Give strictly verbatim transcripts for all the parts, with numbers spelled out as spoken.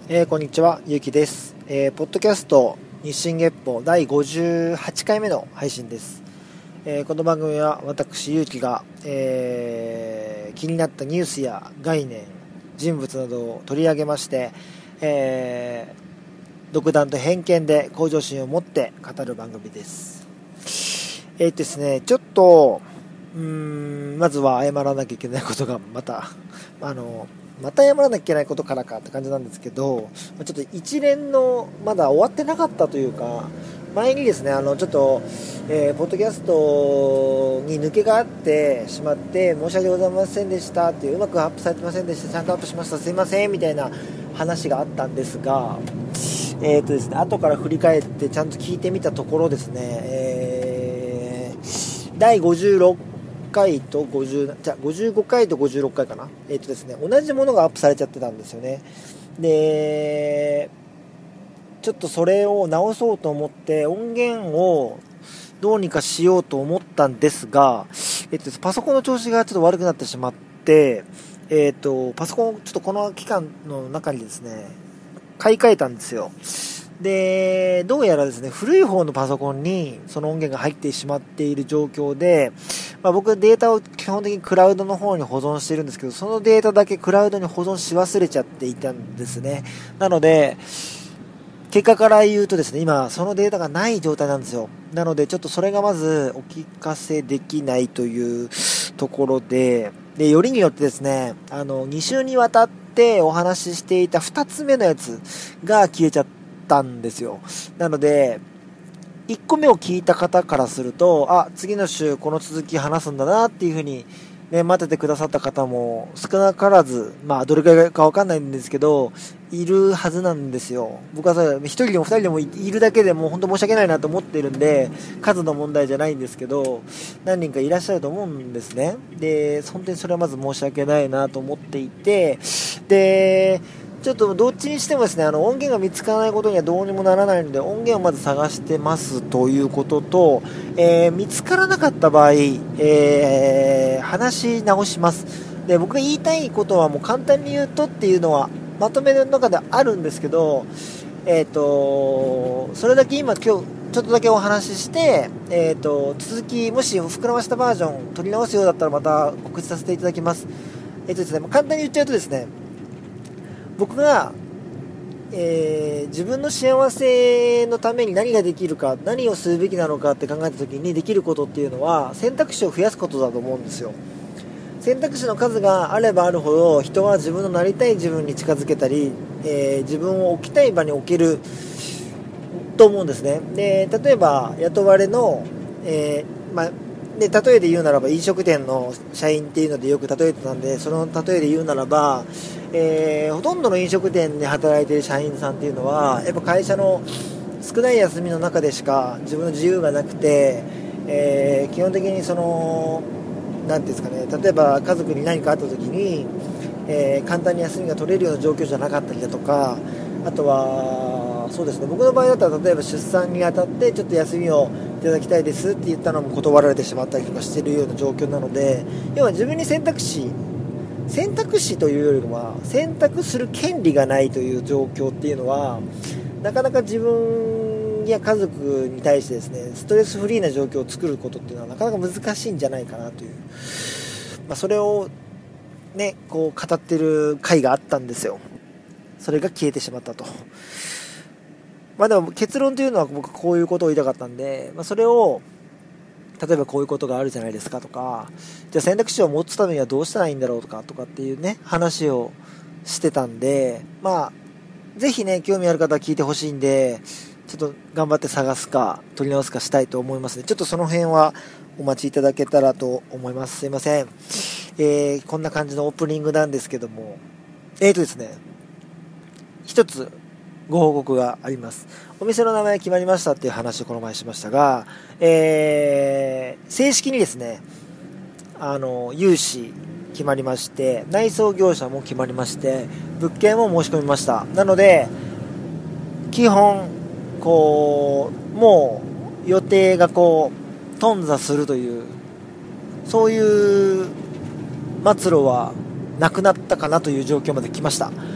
えー、こんにちは、ゆうきです。えー、ポッドキャスト日進月歩だいごじゅうはちかいめの配信です。えー、この番組は私、ゆうきが、えー、気になったニュースや概念、人物などを取り上げまして、えー、独断と偏見で向上心を持って語る番組です。えーですね、ちょっと、うーん、まずは謝らなきゃいけないことがまた、あの、また謝らなきゃいけないことからかって感じなんですけど、ちょっと一連のまだ終わってなかったというか、前にですね、あのちょっと、えー、ポッドキャストに抜けがあってしまって申し訳ございませんでしたっていう、うまくアップされてませんでした、ちゃんとアップしました、すいませんみたいな話があったんですが、えーとですね、後から振り返ってちゃんと聞いてみたところですね、えー、だいごじゅうろっかいと50じゃごじゅうごかいとごじゅうろっかいかな、えーとですね、同じものがアップされちゃってたんですよね。でちょっとそれを直そうと思って音源をどうにかしようと思ったんですが、えっと、パソコンの調子がちょっと悪くなってしまって、えっと、パソコンをちょっとこの期間の中にですね買い替えたんですよ。でどうやらですね、古い方のパソコンにその音源が入ってしまっている状況で、まあ、僕データを基本的にクラウドの方に保存しているんですけど、そのデータだけクラウドに保存し忘れちゃっていたんですね。なので結果から言うとですね、今そのデータがない状態なんですよ。なのでちょっとそれがまずお聞かせできないというところで、でよりによってですね、あのに週にわたってお話ししていたふたつめのやつが消えちゃったんですよ。なのでいっこめを聞いた方からすると、あ、次の週この続き話すんだなっていう風にね、待っててくださった方も少なからず、まあどれくらいかわかんないんですけど、いるはずなんですよ。僕はそれ一人でも二人でもいるだけでも本当申し訳ないなと思ってるんで、数の問題じゃないんですけど、何人かいらっしゃると思うんですね。で、本当にそれはまず申し訳ないなと思っていて、で、ちょっとどっちにしてもですね、あの音源が見つからないことにはどうにもならないので、音源をまず探してますということと、えー、見つからなかった場合、えー、話し直します。で、僕が言いたいことはもう簡単に言うとっていうのはまとめの中であるんですけど、えーと、それだけ今今日ちょっとだけお話しして、えーと、続きもし膨らましたバージョン取り直すようだったらまた告知させていただきます。えーとですね、簡単に言っちゃうとですね、僕が、えー、自分の幸せのために何ができるか、何をするべきなのかって考えた時にできることっていうのは選択肢を増やすことだと思うんですよ。選択肢の数があればあるほど人は自分のなりたい自分に近づけたり、えー、自分を置きたい場に置けると思うんですね。で例えば雇われの、えーまあで例えで言うならば飲食店の社員っていうのでよく例えてたんで、その例えで言うならば、えー、ほとんどの飲食店で働いている社員さんっていうのはやっぱ会社の少ない休みの中でしか自分の自由がなくて、えー、基本的にそのなんていうんですかね、例えば家族に何かあった時に、えー、簡単に休みが取れるような状況じゃなかったりだとか、あとはそうですね、僕の場合だったら例えば出産にあたってちょっと休みをいただきたいですって言ったのも断られてしまったりとかしているような状況なので、要は自分に選択肢選択肢というよりは選択する権利がないという状況っていうのはなかなか自分や家族に対してですねストレスフリーな状況を作ることっていうのはなかなか難しいんじゃないかなという、まあ、それをねこう語ってる回があったんですよ。それが消えてしまったと。まあでも結論というのは僕はこういうことを言いたかったんで、まあ、それを例えばこういうことがあるじゃないですかとか、じゃあ選択肢を持つためにはどうしたらいいんだろうとかとかっていうね話をしてたんで、まあぜひね興味ある方は聞いてほしいんで、ちょっと頑張って探すか取り直すかしたいと思いますので、ちょっとその辺はお待ちいただけたらと思います。すいません、えー、こんな感じのオープニングなんですけども、えーとですね一つご報告があります。お店の名前決まりましたっていう話をこの前しましたが、えー、正式にですねあの融資決まりまして、内装業者も決まりまして、物件も申し込みました。なので基本こうもう予定がこう頓挫するという、そういう末路はなくなったかなという状況まで来ました。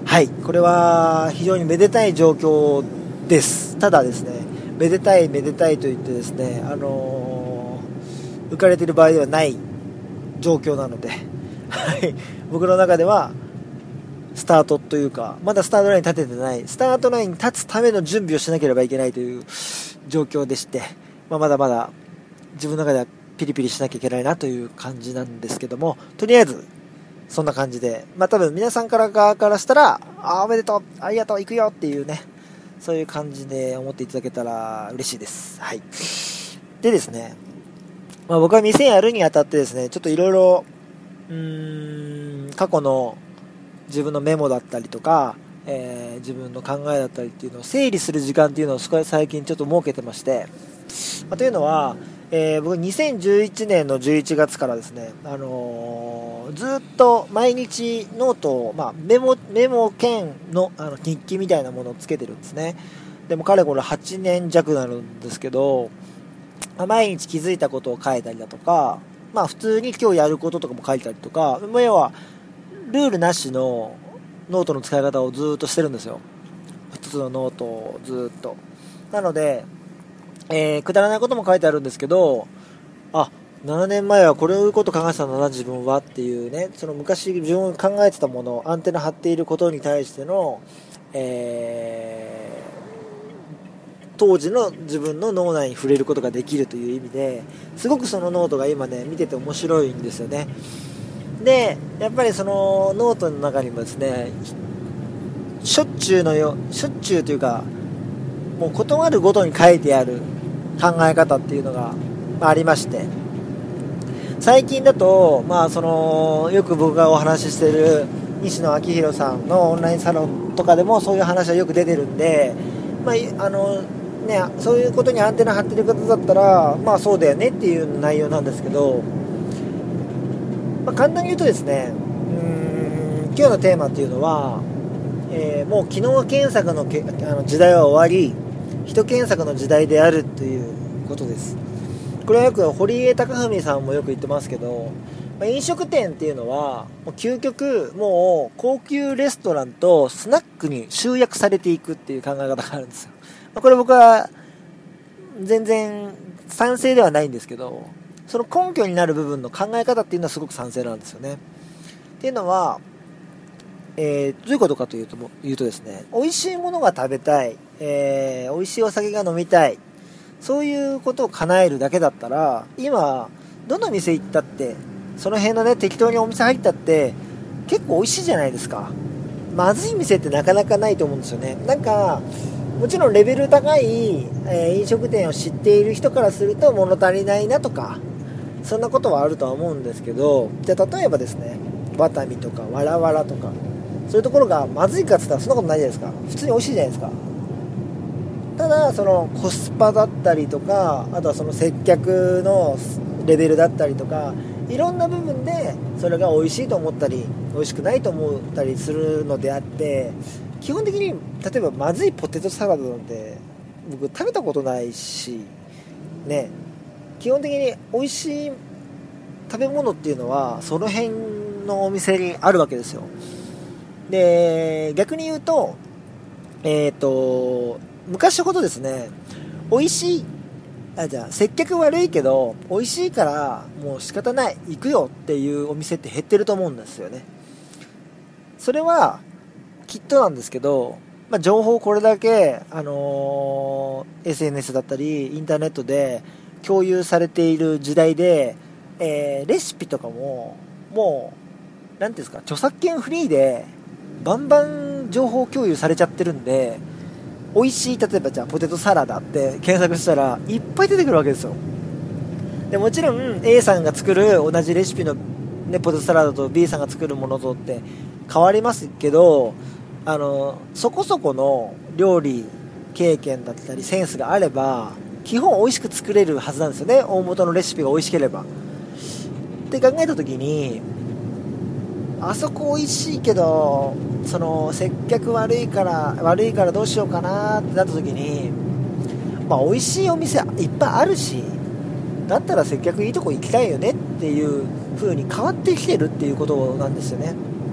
はい、これは非常にめでたい状況です。ただですね、めでたいめでたいと言ってですね、あのー、浮かれている場合ではない状況なので、はい、僕の中ではスタートというか、まだスタートラインに立ててない、スタートラインに立つための準備をしなければいけないという状況でして、まあ、まだまだ自分の中ではピリピリしなきゃいけないなという感じなんですけども、とりあえずそんな感じで、まあ多分皆さんから側からしたら、あ、おめでとう、ありがとう、行くよっていうね、そういう感じで思っていただけたら嬉しいです。はい。でですね、まあ、僕は店やるにあたってですね、ちょっといろいろ、うーん、過去の自分のメモだったりとか、えー、自分の考えだったりっていうのを整理する時間っていうのを最近ちょっと設けてまして、まあ、というのは、えー、僕にせんじゅういちねんのじゅういちがつからですね、あのー、ずっと毎日ノートを、まあ、メモメモ兼の、あの日記みたいなものをつけてるんですね。でもかれこれはちねん弱になるんですけど、まあ、毎日気づいたことを書いたりだとか、まあ、普通に今日やることとかも書いたりとか、要はルールなしのノートの使い方をずっとしてるんですよ。一つのノートをずっと。なので、えー、くだらないことも書いてあるんですけど、あ、ななねんまえはこれをいうこと考えてたんだな自分はっていうね、その昔自分が考えてたもの、アンテナ張っていることに対しての、えー、当時の自分の脳内に触れることができるという意味ですごくそのノートが今ね見てて面白いんですよね。でやっぱりそのノートの中にもですね、しょっちゅうのよしょっちゅうというかもう異なるごとに書いてある考え方っていうのがありまして、最近だと、まあ、そのよく僕がお話ししている西野昭弘さんのオンラインサロンとかでもそういう話はよく出てるんで、まああのね、そういうことにアンテナ張ってる方だったら、まあ、そうだよねっていう内容なんですけど、まあ、簡単に言うとですね、うーん今日のテーマっていうのは、えー、もう機能検索のけあの時代は終わり、人検索の時代であるということです。これはよく堀江貴文さんもよく言ってますけど、まあ、飲食店っていうのはもう究極もう高級レストランとスナックに集約されていくっていう考え方があるんですよ。まあ、これ僕は全然賛成ではないんですけど、その根拠になる部分の考え方っていうのはすごく賛成なんですよね。っていうのは、えー、どういうことかというと、言うとですね、美味しいものが食べたい、えー、美味しいお酒が飲みたい、そういうことを叶えるだけだったら、今どの店行ったってその辺のね適当にお店入ったって結構美味しいじゃないですか。まずい店ってなかなかないと思うんですよね。なんかもちろんレベル高い、えー、飲食店を知っている人からすると物足りないなとかそんなことはあるとは思うんですけど、じゃあ例えばですね、ワタミとかわらわらとかそういうところがまずいかって言ったらそんなことないじゃないですか。普通に美味しいじゃないですか。ただそのコスパだったりとか、あとはその接客のレベルだったりとか、いろんな部分でそれが美味しいと思ったり美味しくないと思ったりするのであって、基本的に例えばまずいポテトサラダなんて僕食べたことないしね、基本的に美味しい食べ物っていうのはその辺のお店にあるわけですよ。で逆に言うとえっと昔ほどですね、美味しいあじゃあ接客悪いけど美味しいからもう仕方ない行くよっていうお店って減ってると思うんですよね。それはきっとなんですけど、まあ、情報これだけ、あのー、エスエヌエス だったりインターネットで共有されている時代で、えー、レシピとかももうなんていうんですか、著作権フリーでバンバン情報共有されちゃってるんで、美味しい例えばじゃあポテトサラダって検索したらいっぱい出てくるわけですよ。でもちろん A さんが作る同じレシピの、ね、ポテトサラダと B さんが作るものとって変わりますけど、あのそこそこの料理経験だったりセンスがあれば基本美味しく作れるはずなんですよね。大元のレシピが美味しければって考えた時に、あそこ美味しいけどその接客悪いから悪いからどうしようかなってなった時に、まあ美味しいお店いっぱいあるし、だったら接客いいとこ行きたいよねっていう風に変わってきてるっていうことなんですよね。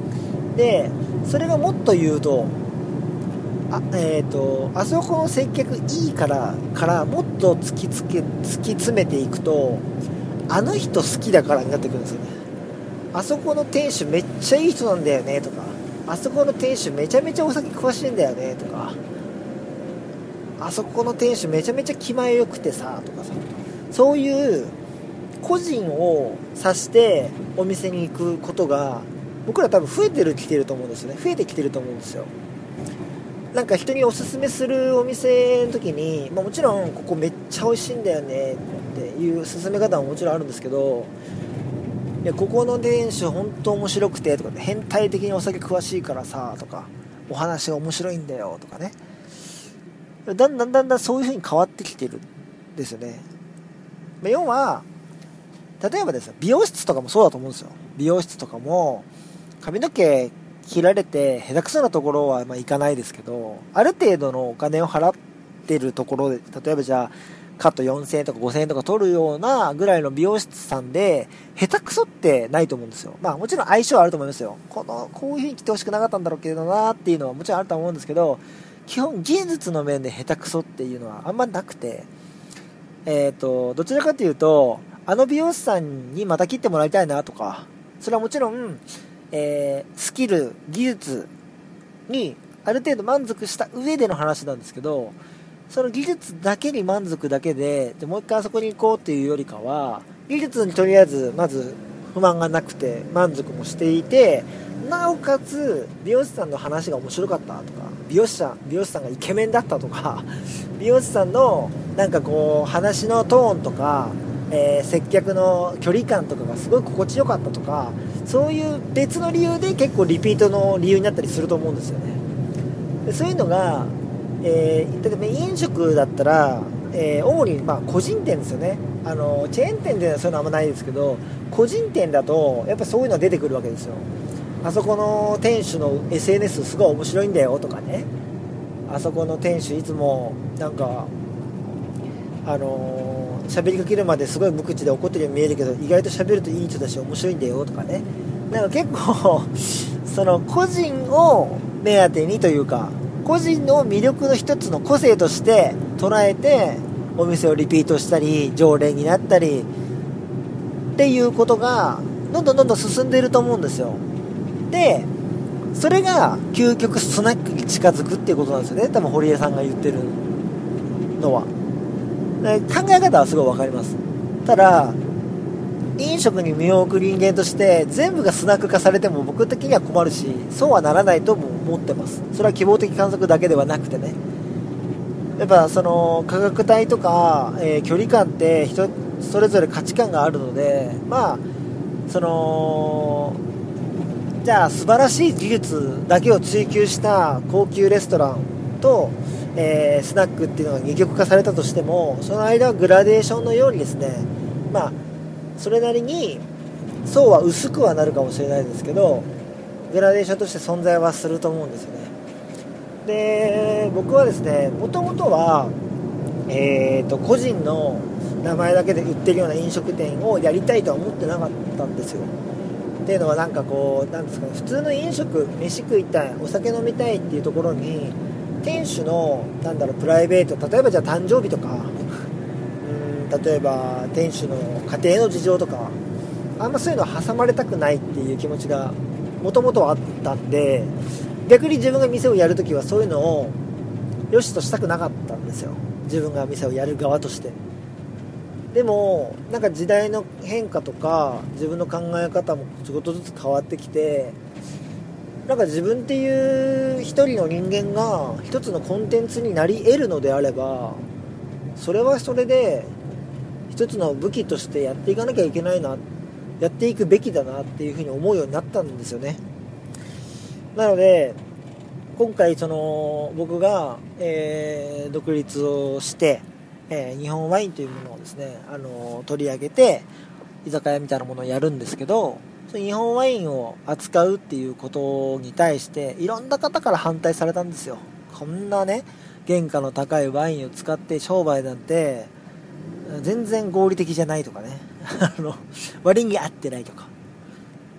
でそれがもっと言うとあ、えーと、あそこの接客いいからからもっと突きつけ突き詰めていくと、あの人好きだからになってくるんですよね。あそこの店主めっちゃいい人なんだよねとか、あそこの店主めちゃめちゃお酒詳しいんだよねとか、あそこの店主めちゃめちゃ気前よくてさとかさ、そういう個人を指してお店に行くことが僕ら多分増えてるきてると思うんですよね。増えてきてると思うんですよ。なんか人におすすめするお店の時に、まあ、もちろんここめっちゃ美味しいんだよねっていう勧め方ももちろんあるんですけど、いやここの店主本当面白くてとか、変態的にお酒詳しいからさとか、お話が面白いんだよとかね、だんだんだんだんそういう風に変わってきてるんですよね。まあ、要は例えばですね、美容室とかもそうだと思うんですよ。美容室とかも髪の毛切られて下手くそなところはまあ行かないですけど、ある程度のお金を払ってるところで、例えばじゃあカットよんせんえんとかごせんえんとか取るようなぐらいの美容室さんで下手くそってないと思うんですよ。まあもちろん相性はあると思いますよ。このこういう風に来てほしくなかったんだろうけどなっていうのはもちろんあると思うんですけど、基本技術の面で下手くそっていうのはあんまなくて、えーとどちらかというと、あの美容師さんにまた切ってもらいたいなとか、それはもちろんえー、スキル、技術にある程度満足した上での話なんですけど、その技術だけに満足だけで、でもう一回あそこに行こうっていうよりかは、技術にとりあえずまず不満がなくて満足もしていて、なおかつ美容師さんの話が面白かったとか、美容師さん、美容師さんがイケメンだったとか、美容師さんのなんかこう話のトーンとか、えー、接客の距離感とかがすごい心地よかったとか、そういう別の理由で結構リピートの理由になったりすると思うんですよね。でそういうのが、えー、例えば飲食だったら、えー、主にまあ個人店ですよね。あのチェーン店ではそういうのあんまないですけど、個人店だとやっぱそういうのが出てくるわけですよ。あそこの店主の エスエヌエス すごい面白いんだよとかね、あそこの店主いつもなんかあのー喋りかけるまですごい無口で怒ってるように見えるけど、意外と喋るといい人だし面白いんだよとかね、なんか結構その個人を目当てにというか、個人の魅力の一つの個性として捉えてお店をリピートしたり常連になったりっていうことがどんどんどんどん進んでいると思うんですよ。でそれが究極スナックに近づくっていうことなんですよね、多分堀江さんが言ってるのは。考え方はすごい分かります。ただ飲食に身を置く人間として全部がスナック化されても僕的には困るし、そうはならないとも思ってます。それは希望的観測だけではなくてね、やっぱその価格帯とか、えー、距離感って人それぞれ価値観があるので、まあそのじゃあ素晴らしい技術だけを追求した高級レストランとえー、スナックっていうのが二極化されたとしても、その間はグラデーションのようにですね、まあそれなりに層は薄くはなるかもしれないですけど、グラデーションとして存在はすると思うんですよね。で僕はですね、もともとは、えー、と個人の名前だけで売ってるような飲食店をやりたいとは思ってなかったんですよ。っていうのはなんかこうなんですかね、普通の飲食、飯食いたい、お酒飲みたいっていうところに店主のなんだろうプライベート、例えばじゃあ誕生日とか、うーん例えば店主の家庭の事情とか、あんまそういうの挟まれたくないっていう気持ちがもともとはあったんで、逆に自分が店をやるときはそういうのを良しとしたくなかったんですよ、自分が店をやる側として。でもなんか時代の変化とか自分の考え方もちょっとずつ変わってきて、なんか自分っていう一人の人間が一つのコンテンツになり得るのであれば、それはそれで一つの武器としてやっていかなきゃいけないな、やっていくべきだなっていうふうに思うようになったんですよね。なので今回その僕が、えー、独立をして、えー、日本ワインというものをですね、あの取り上げて居酒屋みたいなものをやるんですけど、日本ワインを扱うっていうことに対していろんな方から反対されたんですよ。こんなね原価の高いワインを使って商売なんて全然合理的じゃないとかねあの割に合ってないとか、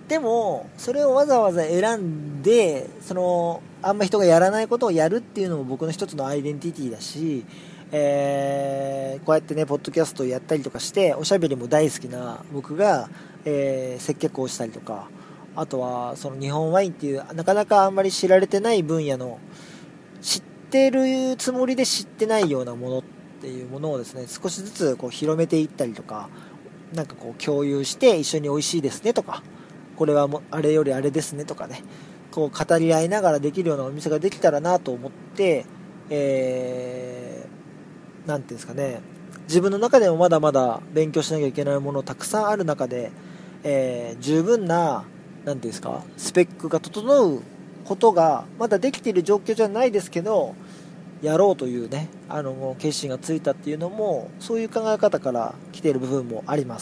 でもそれをわざわざ選んでそのあんま人がやらないことをやるっていうのも僕の一つのアイデンティティだし、えー、こうやってねポッドキャストをやったりとかしておしゃべりも大好きな僕が、えー、接客をしたりとか、あとはその日本ワインっていうなかなかあんまり知られてない分野の知ってるつもりで知ってないようなものっていうものをですね少しずつこう広めていったりとか、なんかこう共有して一緒に美味しいですねとか、これはもあれよりあれですねとかね、こう語り合いながらできるようなお店ができたらなと思って、えー、なんていうんですかね、自分の中でもまだまだ勉強しなきゃいけないものたくさんある中で、えー、十分ななんていうんですかスペックが整うことがまだできている状況じゃないですけど、やろうというねあの決心がついたっていうのもそういう考え方から来ている部分もあります。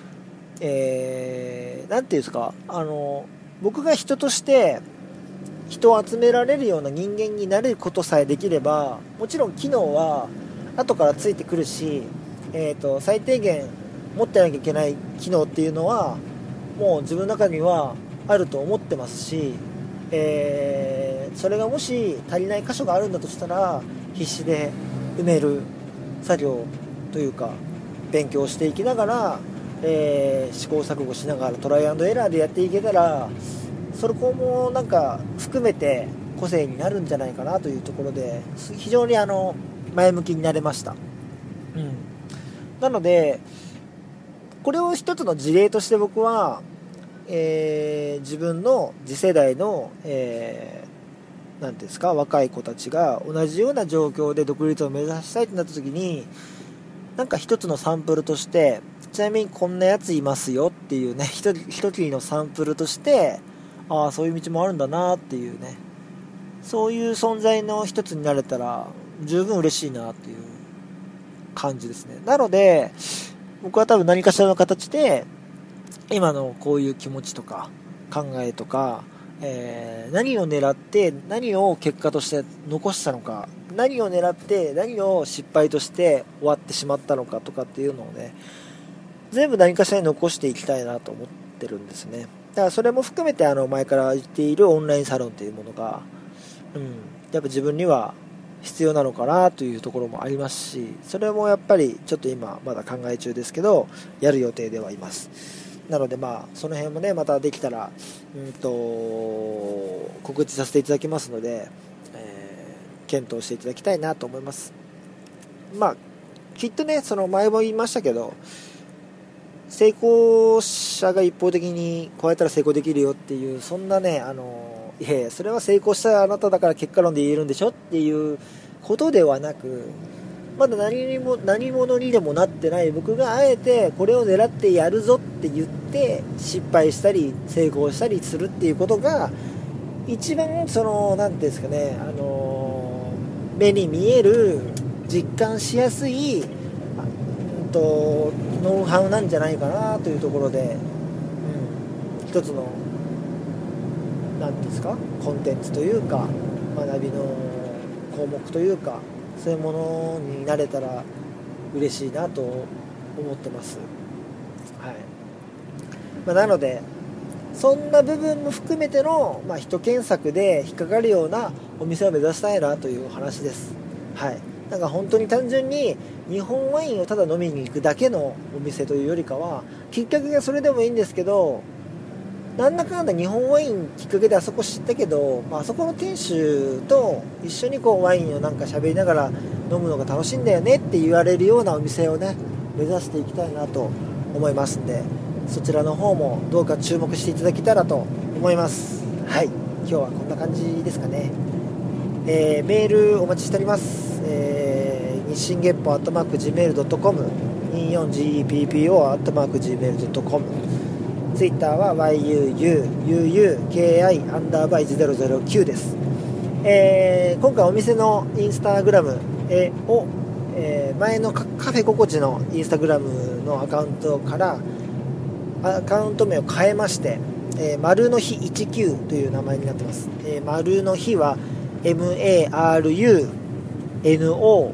えー、なんていうんですかあの僕が人として人を集められるような人間になれることさえできれば、もちろん機能は後からついてくるし、えーと、最低限持ってなきゃいけない機能っていうのはもう自分の中にはあると思ってますし、えー、それがもし足りない箇所があるんだとしたら必死で埋める作業というか勉強していきながら、えー、試行錯誤しながらトライアンドエラーでやっていけたら、それこもなんか含めて個性になるんじゃないかなというところで非常にあの前向きになれました。うん、なのでこれを一つの事例として僕は、えー、自分の次世代の、えー、なんていうんですか若い子たちが同じような状況で独立を目指したいとなった時に、なんか一つのサンプルとして、ちなみにこんなやついますよっていうね一一切りのサンプルとして、ああそういう道もあるんだなっていうね、そういう存在の一つになれたら十分嬉しいなっていう感じですね。なので僕は多分何かしらの形で今のこういう気持ちとか考えとか、えー、何を狙って何を結果として残したのか、何を狙って何を失敗として終わってしまったのかとかっていうのをね全部何かしらに残していきたいなと思ってるんですね。だからそれも含めてあの前から言っているオンラインサロンというものが、うん、やっぱ自分には必要なのかなというところもありますし、それもやっぱりちょっと今まだ考え中ですけどやる予定ではいます。なのでまあその辺もねまたできたら、うんと告知させていただきますので、えー、検討していただきたいなと思います。まあきっとねその前も言いましたけど、成功者が一方的にこうやったら成功できるよっていうそんなねあのいやいやそれは成功したあなただから結果論で言えるんでしょっていうことではなく、まだ何にも何者にでもなってない僕があえてこれを狙ってやるぞって言って失敗したり成功したりするっていうことが一番その何ていうんですかね、あの目に見える実感しやすいうんとノウハウなんじゃないかなというところで、うん、一つの何ていうんですかコンテンツというか学びの項目というかそういうものになれたら嬉しいなと思ってます。はい。まあ、なのでそんな部分も含めての、まあ、人検索で引っかかるようなお店を目指したいなというお話です。はい。なんか本当に単純に日本ワインをただ飲みに行くだけのお店というよりかは、きっかけがそれでもいいんですけど、なんだかんだ日本ワインきっかけであそこ知ったけど、まあ、あそこの店主と一緒にこうワインをなんか喋りながら飲むのが楽しいんだよねって言われるようなお店をね目指していきたいなと思いますんで、そちらの方もどうか注目していただけたらと思います。はい、今日はこんな感じですかね。えー、メールお待ちしております。えー、日進月歩アットマーク ジーメールドットコム にじゅうよんジーイーピーピーオー アットマーク ジーメールドットコム、ツイッターは ワイユーユーユーユーケーアイ アンダーバイゼロゼロキューです。えー、今回お店のインスタグラムを、えー、前のカフェ心地のインスタグラムのアカウントからアカウント名を変えまして、えー、丸の日じゅうきゅうという名前になってます。えー、丸の日は エムエーアールユーエヌオー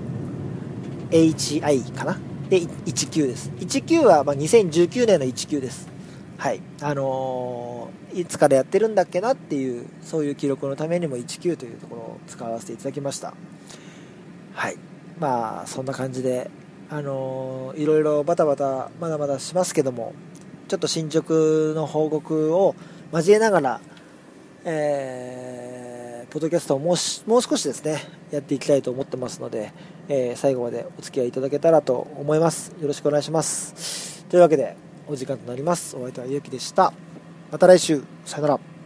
エイチアイ かなでじゅうきゅうです。じゅうきゅうはまあにせんじゅうきゅうねんのじゅうきゅうです。 はい、あのー、いつからやってるんだっけなっていう、そういう記録のためにもじゅうきゅうというところを使わせていただきました。はい、まあそんな感じで、あのー、いろいろバタバタまだまだしますけども、ちょっと進捗の報告を交えながら、えー、ポッドキャストをもうし、もう少しですねやっていきたいと思ってますので、えー、最後までお付き合いいただけたらと思います。よろしくお願いします。というわけでお時間となります。お相手はゆうきでした。また来週、さよなら。